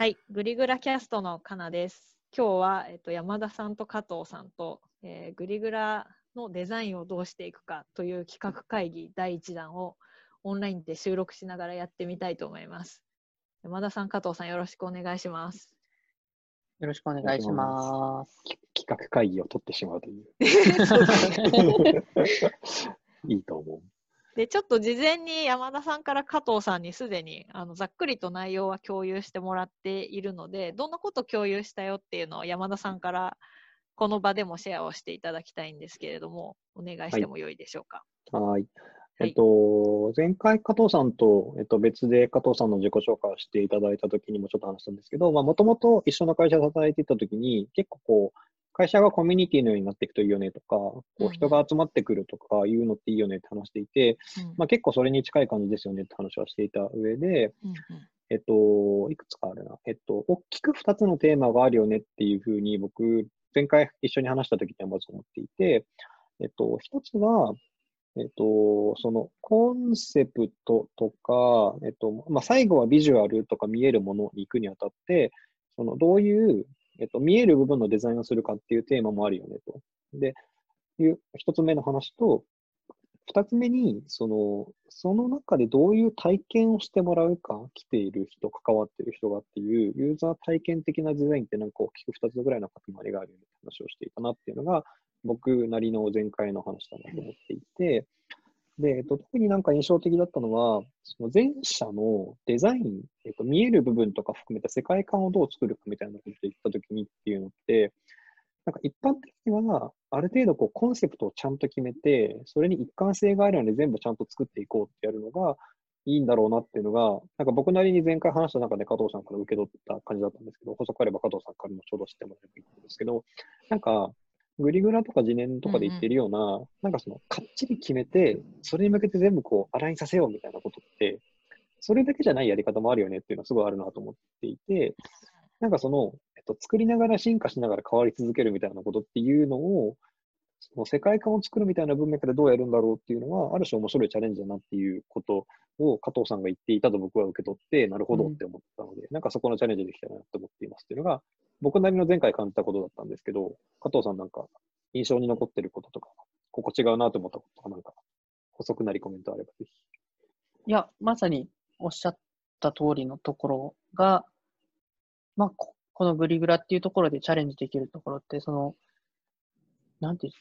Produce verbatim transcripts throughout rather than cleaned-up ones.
はい、グリグラキャストのかなです。今日は、えっと、山田さんと加藤さんと、えーグリグラのデザインをどうしていくかという企画会議だいいち弾をオンラインで収録しながらやってみたいと思います。山田さん、加藤さん、よろしくお願いします。 よろしくおお願願いしいします。 ます。 き企画会議を取ってしまうという。 そうですね。 いいと思う。 で、ちょっと事前に山田さんから加藤さんにすでにあのざっくりと内容は共有してもらっているので、どんなこと共有したよっていうのを山田さんからこの場でもシェアをしていただきたいんですけれども、お願いしてもよいでしょうか。 はい。 はいえっと、前回加藤さんと、えっと、別で加藤さんの自己紹介をしていただいたときにもちょっと話したんですけど、まあ、もともと一緒の会社で働いていたときに、結構こう、会社がコミュニティのようになっていくといいよねとか、こうんううん人が集まってくるとかいうのっていいよねって話していて、 うんまあ、結構それに近い感じですよねって話はしていた上で、 うんえっと、いくつかあるな。えっと、大きくふたつのテーマがあるよねっていうふうに僕、前回一緒に話したときにはまず思っていて、えっと、一つは、えっと、そのコンセプトとか、えっと、まあ、最後はビジュアルとか見えるものに行くにあたって、そのどういう、えっと、見える部分のデザインをするかっていうテーマもあるよねと。で、いう一つ目の話と、二つ目に、その、その中でどういう体験をしてもらうか、来ている人、関わっている人がっていう、ユーザー体験的なデザインってなんか大きく二つぐらいの塊があるよねって話をしていたなっていうのが、僕なりの前回の話だなと思っていて、で、えっと、特になんか印象的だったのは、その前者のデザイン、えっと、見える部分とか含めた世界観をどう作るかみたいなことを言ったときにっていうのって、なんか一般的には、ある程度こうコンセプトをちゃんと決めて、それに一貫性があるので全部ちゃんと作っていこうってやるのがいいんだろうなっていうのが、なんか僕なりに前回話した中で加藤さんから受け取った感じだったんですけど、補足あれば加藤さんからもちょうど知ってもらえばいいんですけど、なんか、グリグラとか次年とかで言ってるような、なんかその、かっちり決めて、それに向けて全部こう、アラインさせようみたいなことって、それだけじゃないやり方もあるよねっていうのはすごいあるなと思っていて、なんかその、えっと、作りながら進化しながら変わり続けるみたいなことっていうのを、その世界観を作るみたいな文脈でどうやるんだろうっていうのは、ある種面白いチャレンジだなっていうことを加藤さんが言っていたと僕は受け取って、なるほどって思ったので、なんかそこのチャレンジできたらなと思っていますっていうのが、僕なりの前回感じたことだったんですけど、加藤さんなんか印象に残ってることとか、ここ違うなと思ったこととか、なんか補足なりコメントあればぜひ。 いや、まさにおっしゃった通りのところが、まあ、ここのグリグラっていうところでチャレンジできるところって、その、なんていう、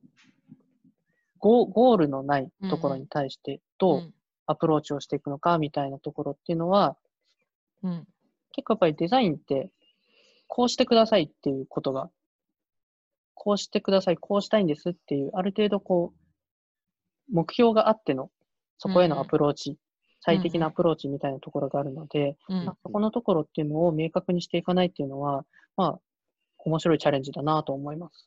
ゴー、ゴールのないところに対してどうアプローチをしていくのかみたいなところっていうのは、 うんうん結構やっぱりデザインって、こうしてくださいっていうことが、こうしてください、こうしたいんですっていう、ある程度こう、目標があっての、そこへのアプローチ、最適なアプローチみたいなところがあるので、 うんまあそこのところっていうのを明確にしていかないっていうのは、まあ、面白いチャレンジだなと思います。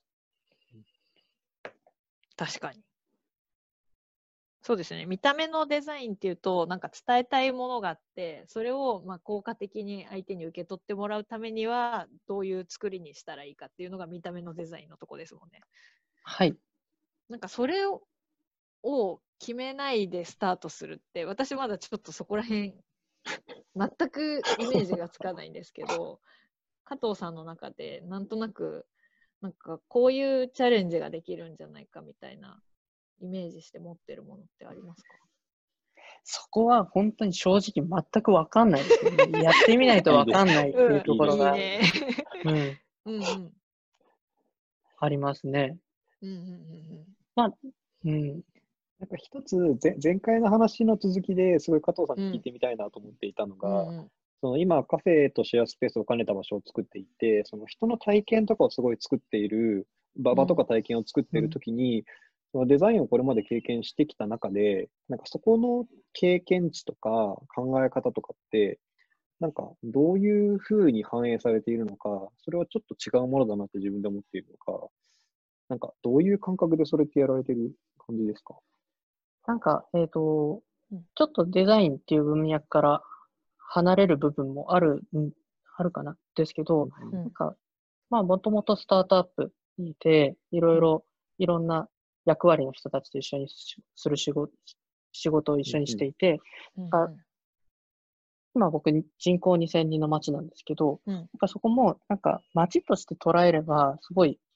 確かに。そうですね。見た目のデザインっていうと、なんか伝えたいものがあって、それをまあ効果的に相手に受け取ってもらうためには、どういう作りにしたらいいかっていうのが見た目のデザインのとこですもんね。 はい。 なんかそれをを決めないでスタートするって、私まだちょっとそこら辺、全くイメージがつかないんですけど、加藤さんの中でなんとなく、なんかこういうチャレンジができるんじゃないかみたいなイメージして持ってるものってありますか？ そこは本当に正直全くわかんないですよね。やってみないとわかんないっていうところが、 いいね。 うん、 うんうん。 ありますね。 うんうんうんまあ、うん、 なんか一つ前、前回の話の続きですごい加藤さんうん。 に聞いてみたいなと思っていたのが、 うんうんその今カフェとシェアスペースを兼ねた場所を作っていて、その人の体験とかをすごい作っている、場場とか体験を作っているときに、そのデザインをこれまで経験してきた中で、なんかそこの経験値とか考え方とかって、なんかどういうふうに反映されているのか、それはちょっと違うものだなって自分で思っているのか、なんかどういう感覚でそれってやられてる感じですか？ なんか、えっとうん、 ちょっとデザインっていう文脈から離れる部分もある、んあるかなですけど、 うなんんか、まあ、もともとスタートアップにいて、いろいろ、いろんな役割の人たちと一緒にしする仕事、仕事を一緒にしていて、 うんあ今僕人口にせんにんの町なんですけど、 うん。 なんかそこもなんか町として捉えればすごい、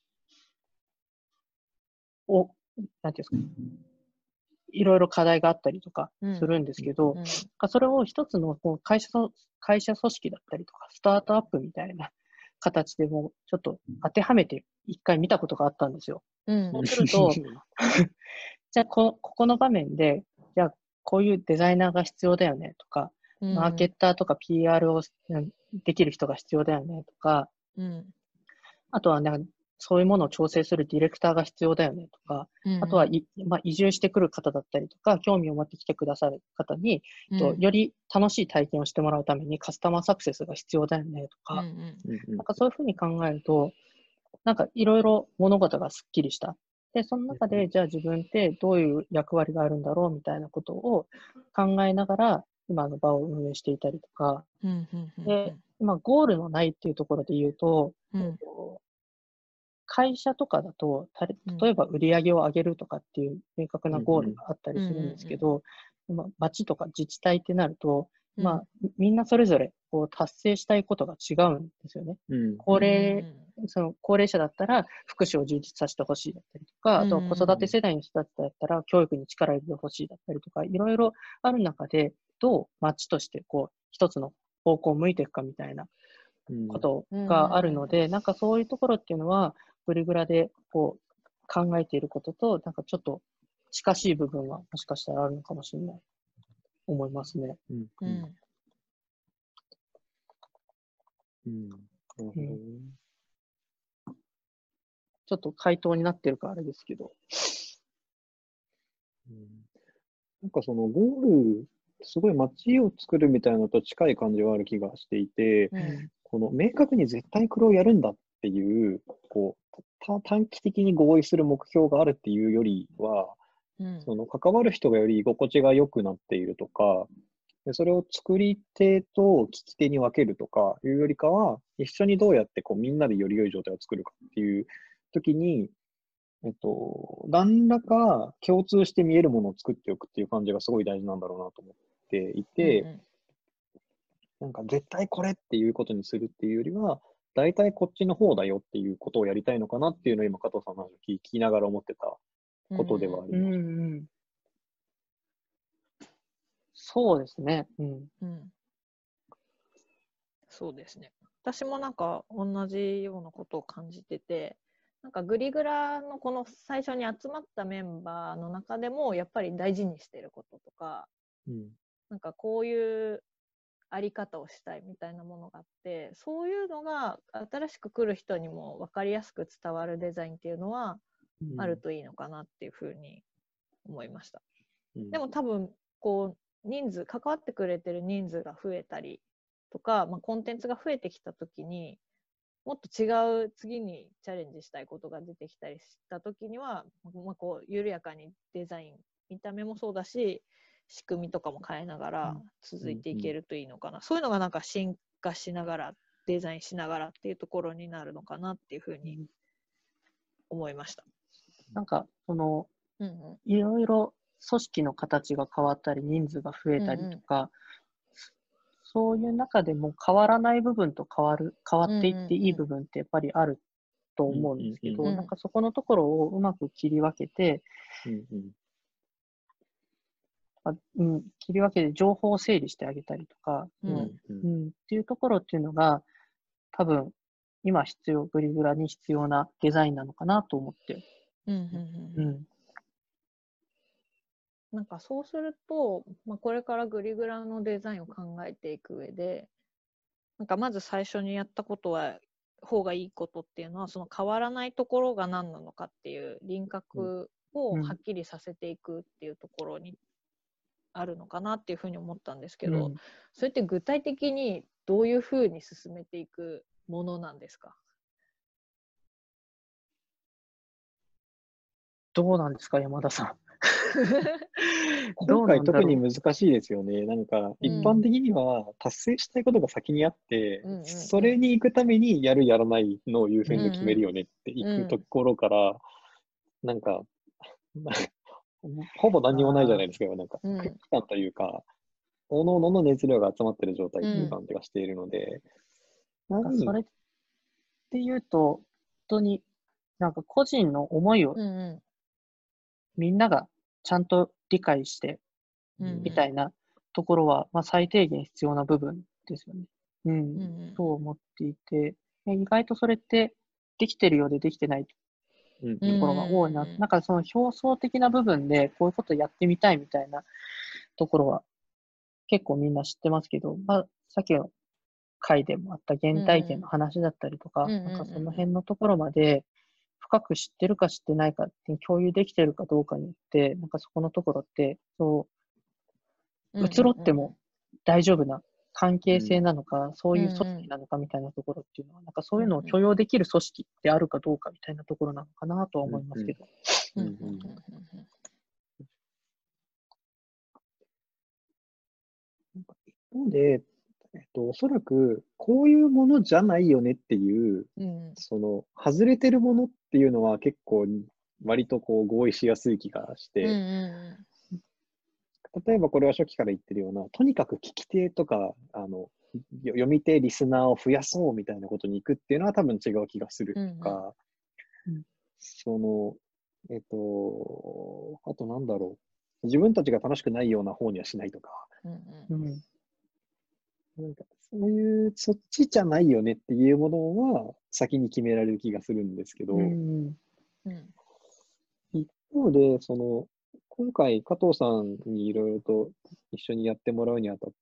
お、なんていうんですか、いろいろ課題があったりとかするんですけど、 うん。 なんかそれを一つのこう会社の、会社組織だったりとか、スタートアップみたいな形でもちょっと当てはめて一回見たことがあったんですよ。 うん。 そうすると、じゃあこ、ここの場面で、じゃあこういうデザイナーが必要だよねとか、 うん。 マーケッターとか ピーアール をうんできる人が必要だよねとか、 うん。 あとはなんかそういうものを調整するディレクターが必要だよねとか、 うん。 あとは、いまあ、移住してくる方だったりとか、興味を持ってきてくださる方に、 うん。 とより楽しい体験をしてもらうためにカスタマーサクセスが必要だよねとか、 うん。うん。 なんかそういうふうに考えると、なんかいろいろ物事がすっきりした。で、その中で、じゃあ自分ってどういう役割があるんだろうみたいなことを考えながら、今の場を運営していたりとか、 うん。うん。 で、今ゴールのないっていうところで言うと、 うん。 えっと会社とかだと、たれうん例えば売り上げを上げるとかっていう明確なゴーうんうんルがあったりうんするんですけど、まあ、町とか自治体ってなると、 うん。 まあ、みみんなそれぞれこう達成したいことが違うんですよね。 うん高齢、その高齢者だったら福祉を充実させてほしいだったりとか、あとは子育て世代の人だったら教育に力を入れてほしいだったりとか、いろいろある中で、どう町としてこう一つの方向を向いていくかみたいなうんことがあるので、なんかそういうところっていうのは、グリグラでこう考えていることと、なんかちょっと近しい部分はもしかしたらあるのかもしれない、思いますね。 うんううんんうんなるほどね。 ちょっと回答になってるかあれですけど。 うんなんかそのゴール、すごい街を作るみたいなのと近い感じはある気がしていて、 うん。 この明確に絶対これをやるんだっていう、こう、た短期的に合意する目標があるっていうよりは、 うん。 その関わる人がより居心地が良くなっているとか、でそれを作り手と聞き手に分けるとかいうよりかは、一緒にどうやってこうみんなでより良い状態を作るかっていう時に、えっと、何らか共通して見えるものを作っておくっていう感じがすごい大事なんだろうなと思っていて、なんか絶対これっていうことにするっていうよりは、大体こっちの方だよっていうことをやりたいのかなっていうのを今加藤さんの話を聞きながら思ってたことではありうんます。 うん。そうですね。うん。 うん。そうですね。私もなんか同じようなことを感じてて、なんかグリグラのこの最初に集まったメンバーの中でもやっぱり大事にしてることとか、 うんなんかこういうあり方をしたいみたいなものがあって、そういうのが新しく来る人にも分かりやすく伝わるデザインっていうのはうんあるといいのかなっていうふうに思いました。 うんでも多分こう人数関わってくれてる人数が増えたりとか、まあ、コンテンツが増えてきた時にもっと違う次にチャレンジしたいことが出てきたりした時には、まあ、こう緩やかにデザイン見た目もそうだし仕組みとかも変えながら続いていけるといいのかな、うんうん、そういうのがなんか進化しながらデザインしながらっていうところになるのかなっていうふうに思いました。 なんかその、 うんうん、 いろいろ組織の形が変わったり人数が増えたりとか、うんうん、そういう中でも変わらない部分と変わる変わっていっていい部分ってやっぱりあると思うんですけど、 うんうんうん、 なんかそこのところをうまく切り分けて、 うんうんあうん、切り分けて情報を整理してあげたりとか、 うんうんうん、っていうところっていうのが多分今必要グリグラに必要なデザインなのかなと思って、 うんうんうんうん、なんかそうすると、まあ、これからグリグラのデザインを考えていく上で、なんかまず最初にやったことは方がいいことっていうのはその変わらないところが何なのかっていう輪郭をはっきりさせていくっていうところにあるのかなっていうふうに思ったんですけど、うん、それって具体的にどういうふうに進めていくものなんですか？ どうなんですか、山田さん。 今回特に難しいですよね。なんか一般的には達成したいことが先にあって、うん、それに行くためにやるやらないのを優先で決めるよねっていくところから、うん、なんかほぼ何にもないじゃないですか。なんか空気感というか、 各々の熱量が集まってる状態っていう感じがしているので、 なんか何それっていうと、本当になんか個人の思いをうんうみんながちゃんと理解してん。うんうん。 みたいなところは、まあ、最低限必要な部分ですよね。うん、 うんうん。 と思っていて、意外とそれってできてるようでできてないうんところが多いな。 うんなんかその表層的な部分でこういうことやってみたいみたいなところは結構みんな知ってますけど、まあ、さっきの回でもあった原体験の話だったりとか、 うんうんなんかそのうんうん辺のところまで深く知ってるか知ってないかって共有できてるかどうかによって、なんかそこのところって、そううんうん移ろっても大丈夫な関係性なのか、そういう組うんうん織なのかみたいなところっていうのは、なんかそういうのをうんうん許容できる組織であるかどうかみたいなところなのかなとはうん思いますけど。 うんうんうんうんうんうん一方で、えっと、おそらくこういうものじゃないよねっていう、 うんその外れてるものっていうのは結構割とこう合意しやすい気がしうんうて、 ん例えばこれは初期から言ってるような、とにかく聞き手とか、あの、よ読み手、リスナーを増やそうみたいなことに行くっていうのは多分違う気がするうんとか、 うんその、えっと、あとなんだろう。自分たちが楽しくないような方にはしないとか、 うんうん。 なんかそういう、そっちじゃないよねっていうものは先に決められる気がするんですけど、 うん。 うん一方で、その、今回加藤さんにいろいろと一緒にやってもらうにあたって、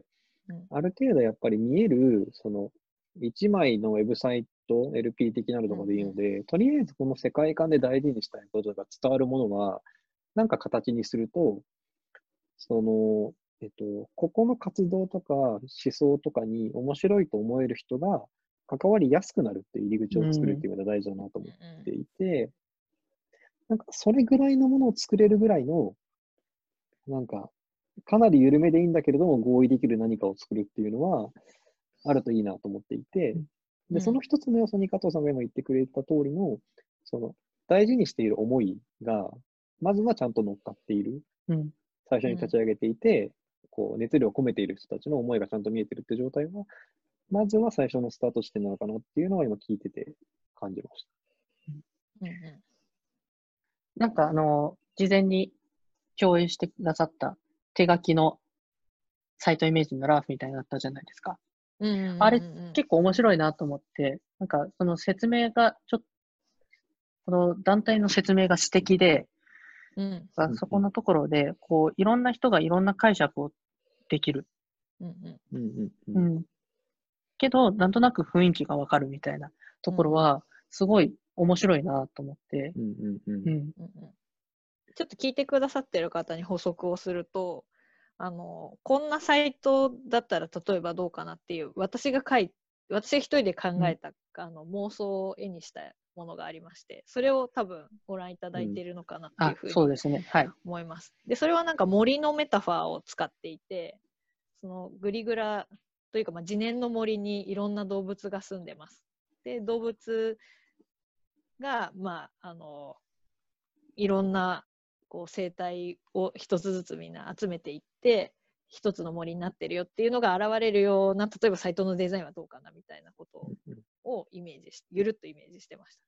うんある程度やっぱり見える、その、一枚のウェブサイト、エルピー 的なのとかでいいので、とりあえずこの世界観で大事にしたいことが伝わるものは、なんか形にすると、その、えっと、ここの活動とか思想とかに面白いと思える人が関わりやすくなるっていう入り口を作るっていうのが大事だなと思っていて、なんかそれぐらいのものを作れるぐらいの、なんか、かなり緩めでいいんだけれども合意できる何かを作るっていうのは、あるといいなと思っていて、で、その一つの要素に加藤さんが今言ってくれた通りの、その、大事にしている思いが、まずはちゃんと乗っかっている。 うん。 最初に立ち上げていて、こう、熱量を込めている人たちの思いがちゃんと見えてるって状態は、まずは最初のスタート地点なのかなっていうのは今聞いてて感じました。 うんうんなんかあの、事前に共有してくださった手書きのサイトイメージのラフみたいなのあったじゃないですか。 うんうんうんあれ結構面白いなと思って、なんかその説明がちょっと、この団体の説明が素敵で、 うんそこのところで、こう、いろんな人がいろんな解釈をできる。 うんうんうんうんううんん。けど、なんとなく雰囲気がわかるみたいなところは、すごい面白いなと思って。 うんうんうんうん。 うんうんちょっと聞いてくださってる方に補足をすると、あのこんなサイトだったら例えばどうかなっていう私が書い私が一人で考えた、あの妄想を絵にしたものがありまして、それを多分ご覧いただいているのかなっていうあ、 ふうにそうですね。はい。 思います。で、それはなんか森のメタファーを使っていて、そのグリグラというか、まあ、自然の森にいろんな動物が住んでます。で、動物が、まあ、あの、いろんなこう生態を一つずつみんな集めていって、一つの森になってるよっていうのが現れるような、例えばサイトのデザインはどうかなみたいなことをイメージし、ゆるっとイメージしてました。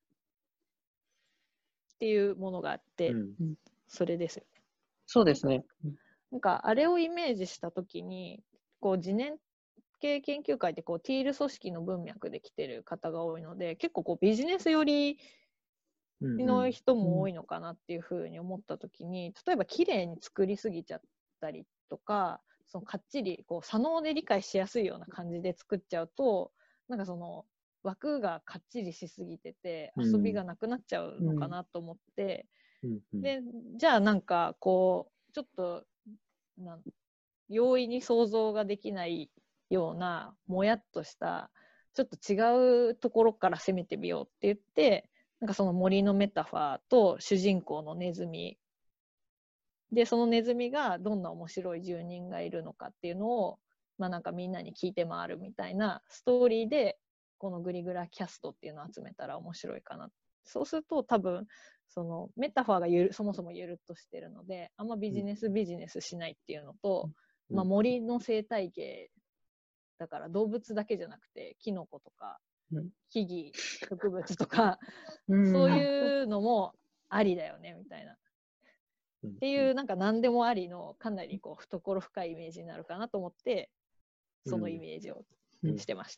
っていうものがあって、 うんそれですよね。 そうですね。 なんかあれをイメージしたときに、こう次年系研究会ってこうティール組織の文脈で来てる方が多いので、結構こうビジネス寄りうんうんの人も多いのかなっていうふうに思ったときに、例えば綺麗に作りすぎちゃったりとか、そのかっちりこう左脳で理解しやすいような感じで作っちゃうと、なんかその枠がかっちりしすぎてて遊びがなくなっちゃうのかなと思って、 うんうんでじゃあなんかこうちょっとなん容易に想像ができないようなもやっとしたちょっと違うところから攻めてみようって言って、なんかその森のメタファーと主人公のネズミで、そのネズミがどんな面白い住人がいるのかっていうのを、まあなんかみんなに聞いて回るみたいなストーリーで、このグリグラキャストっていうのを集めたら面白いかな。そうすると多分、そのメタファーがゆるそもそもゆるっとしてるので、あんまビジネスビジネスしないっていうのと、 まあ、森の生態系だから動物だけじゃなくてキノコとかうん木々植物とか、 うんそういうのもありだよねみたいな。 うんっていうなんか何でもありのかなりこう懐深いイメージになるかなと思ってそのイメージをうんしてました。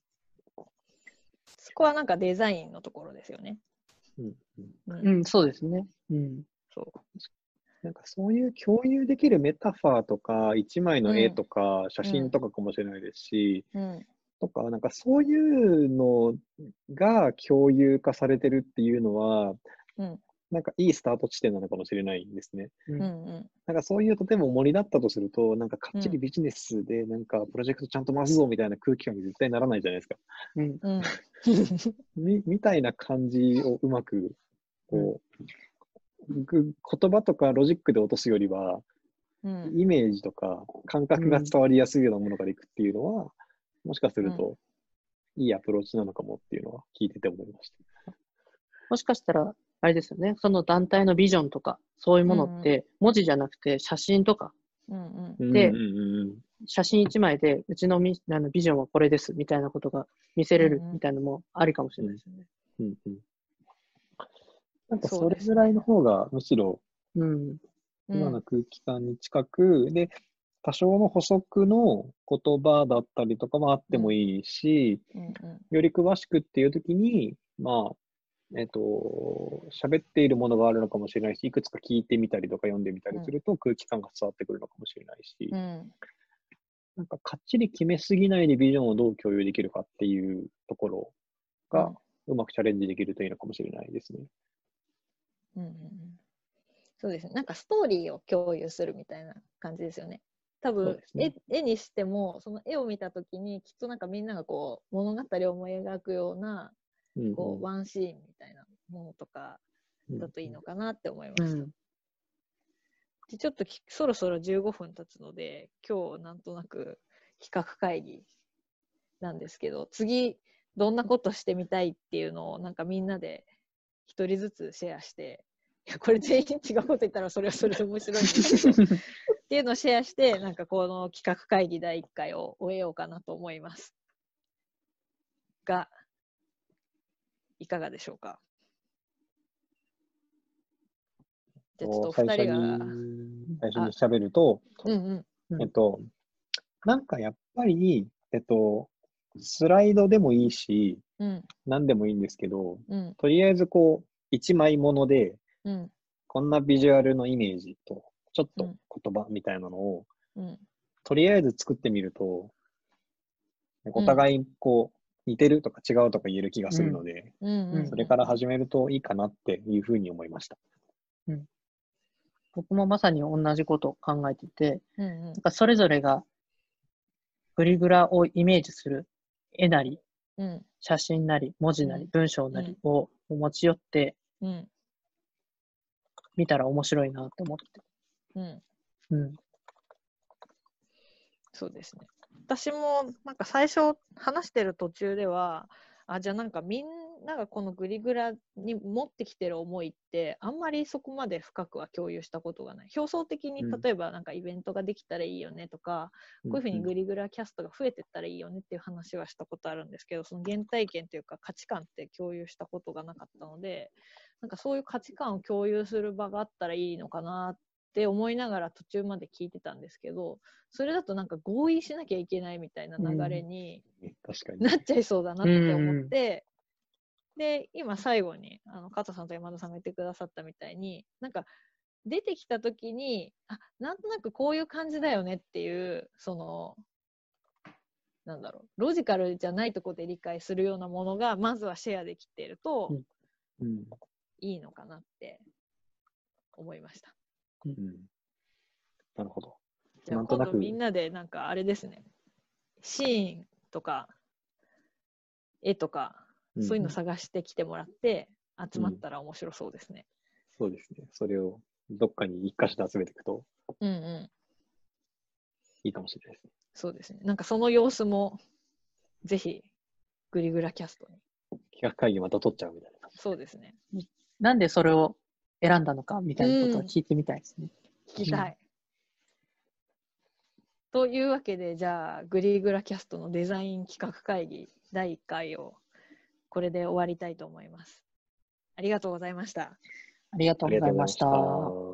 そこはなんかデザインのところですよね。 うんうんうんうん、そうですね。うん。 そうなんかそういう共有できるメタファーとか、一枚の絵とか、写真とかかもしれないですし、 うんとか、なんかそういうのが共有化されてるっていうのは、 うんなんかいいスタート地点なのかもしれないんですね。 ううんんうんなんかそういう、例えば森だったとすると、なんかかっちりうんビジネスで、なんかプロジェクトちゃんと回すぞみたいな空気感に絶対ならないじゃないですか。 うん。 うんみ、みたいな感じをうまく、こう、ぐ言葉とかロジックで落とすよりは、 うんイメージとか感覚が伝わりやすいようなものがいくっていうのは、もしかするといいアプローチなのかもっていうのは聞いてて思いました。 もしかしたら、あれですよね。その団体のビジョンとか、そういうものって、文字じゃなくて写真とか、 うんうんでうんうん写真一枚で、うちのみあのビジョンはこれですみたいなことが見せれるみたいなのもありかもしれないですよね。 うんうん。なんかそそうれですねぐらいの方がむしろうん。 今の空気感に近く、で、多少の補足の言葉だったりとかもあってもいいし、 うんうんより詳しくっていうときに、まあ、えっと、喋っているものがあるのかもしれないし、いくつか聞いてみたりとか読んでみたりすると空気感が伝わってくるのかもしれないし、 うんなんかかっちり決めすぎないでビジョンをどう共有できるかっていうところがうまくチャレンジできるといいのかもしれないですね。 うんうんうんそうですね。なんかストーリーを共有するみたいな感じですよね。多分、 そうですね絵絵にしてもその絵を見た時にきっとなんかみんながこう物語を思い描くようなうんこうワンシーンみたいなものとかうんだといいのかなって思いました。 うん。 でちょっときそろそろじゅうごふん経つので今日なんとなく企画会議なんですけど次どんなことしてみたいっていうのをなんかみんなで一人ずつシェアしていやこれ全員違うこと言ったらそれはそれで面白いんですけどっていうのをシェアしてなんかこの企画会議だいいっかいを終えようかなと思いますがいかがでしょうか。じゃあちょっとお二最初人がに、最初に喋ると、 うんうんうんえっと、なんかやっぱり、えっと、スライドでもいいし、 うん何でもいいんですけど、 うんとりあえずこう、一枚もので、 うんこんなビジュアルのイメージと、ちょっとうん言葉みたいなのを、 うんとりあえず作ってみると、お互いこう、似てるとか違うとか言える気がするので、 うんうんそれから始めるといいかなっていうふうに思いました。 僕もまさに同じことを考えてて、 うんうんなんかそれぞれがグリグラをイメージする絵なり、 うん写真なり、文字なり、 うん文章なりを持ち寄ってうん見たら面白いなと思って。 うんうん。 そうですね。私もなんか最初話してる途中ではあじゃあなんかみんながこのグリグラに持ってきてる思いってあんまりそこまで深くは共有したことがない。表層的にうん例えばなんかイベントができたらいいよねとか、こういうふうにグリグラキャストが増えてったらいいよねっていう話はしたことあるんですけど、その原体験というか価値観って共有したことがなかったので、なんかそういう価値観を共有する場があったらいいのかなって思いながら途中まで聞いてたんですけど、それだとなんか合意しなきゃいけないみたいな流れに確かに。 なっちゃいそうだなって思って、で今最後にあの加藤さんと山田さんが言ってくださったみたいになんか出てきた時にあなんとなくこういう感じだよねっていうそのなんだろうロジカルじゃないところで理解するようなものがまずはシェアできているとうんいいのかなって思いました。 うん、なるほど。 じゃあなんとなく今度みんなでなんかあれですねシーンとか絵とかそういうの探してきてもらって集まったら面白そうですね。 そうですね。それをどっかに一箇所で集めていくとうんうんいいかもしれないですね。 そうですね。なんかその様子もぜひグリグラキャストに。 企画会議また取っちゃうみたいな。 そうですね。 なんでそれを選んだのかみたいなことを聞いてみたいですね。 聞きたい。 というわけで、じゃあ、グリーグラキャストのデザイン企画会議だいいっかいをこれで終わりたいと思います。ありがとうございました。 ありがとうございました。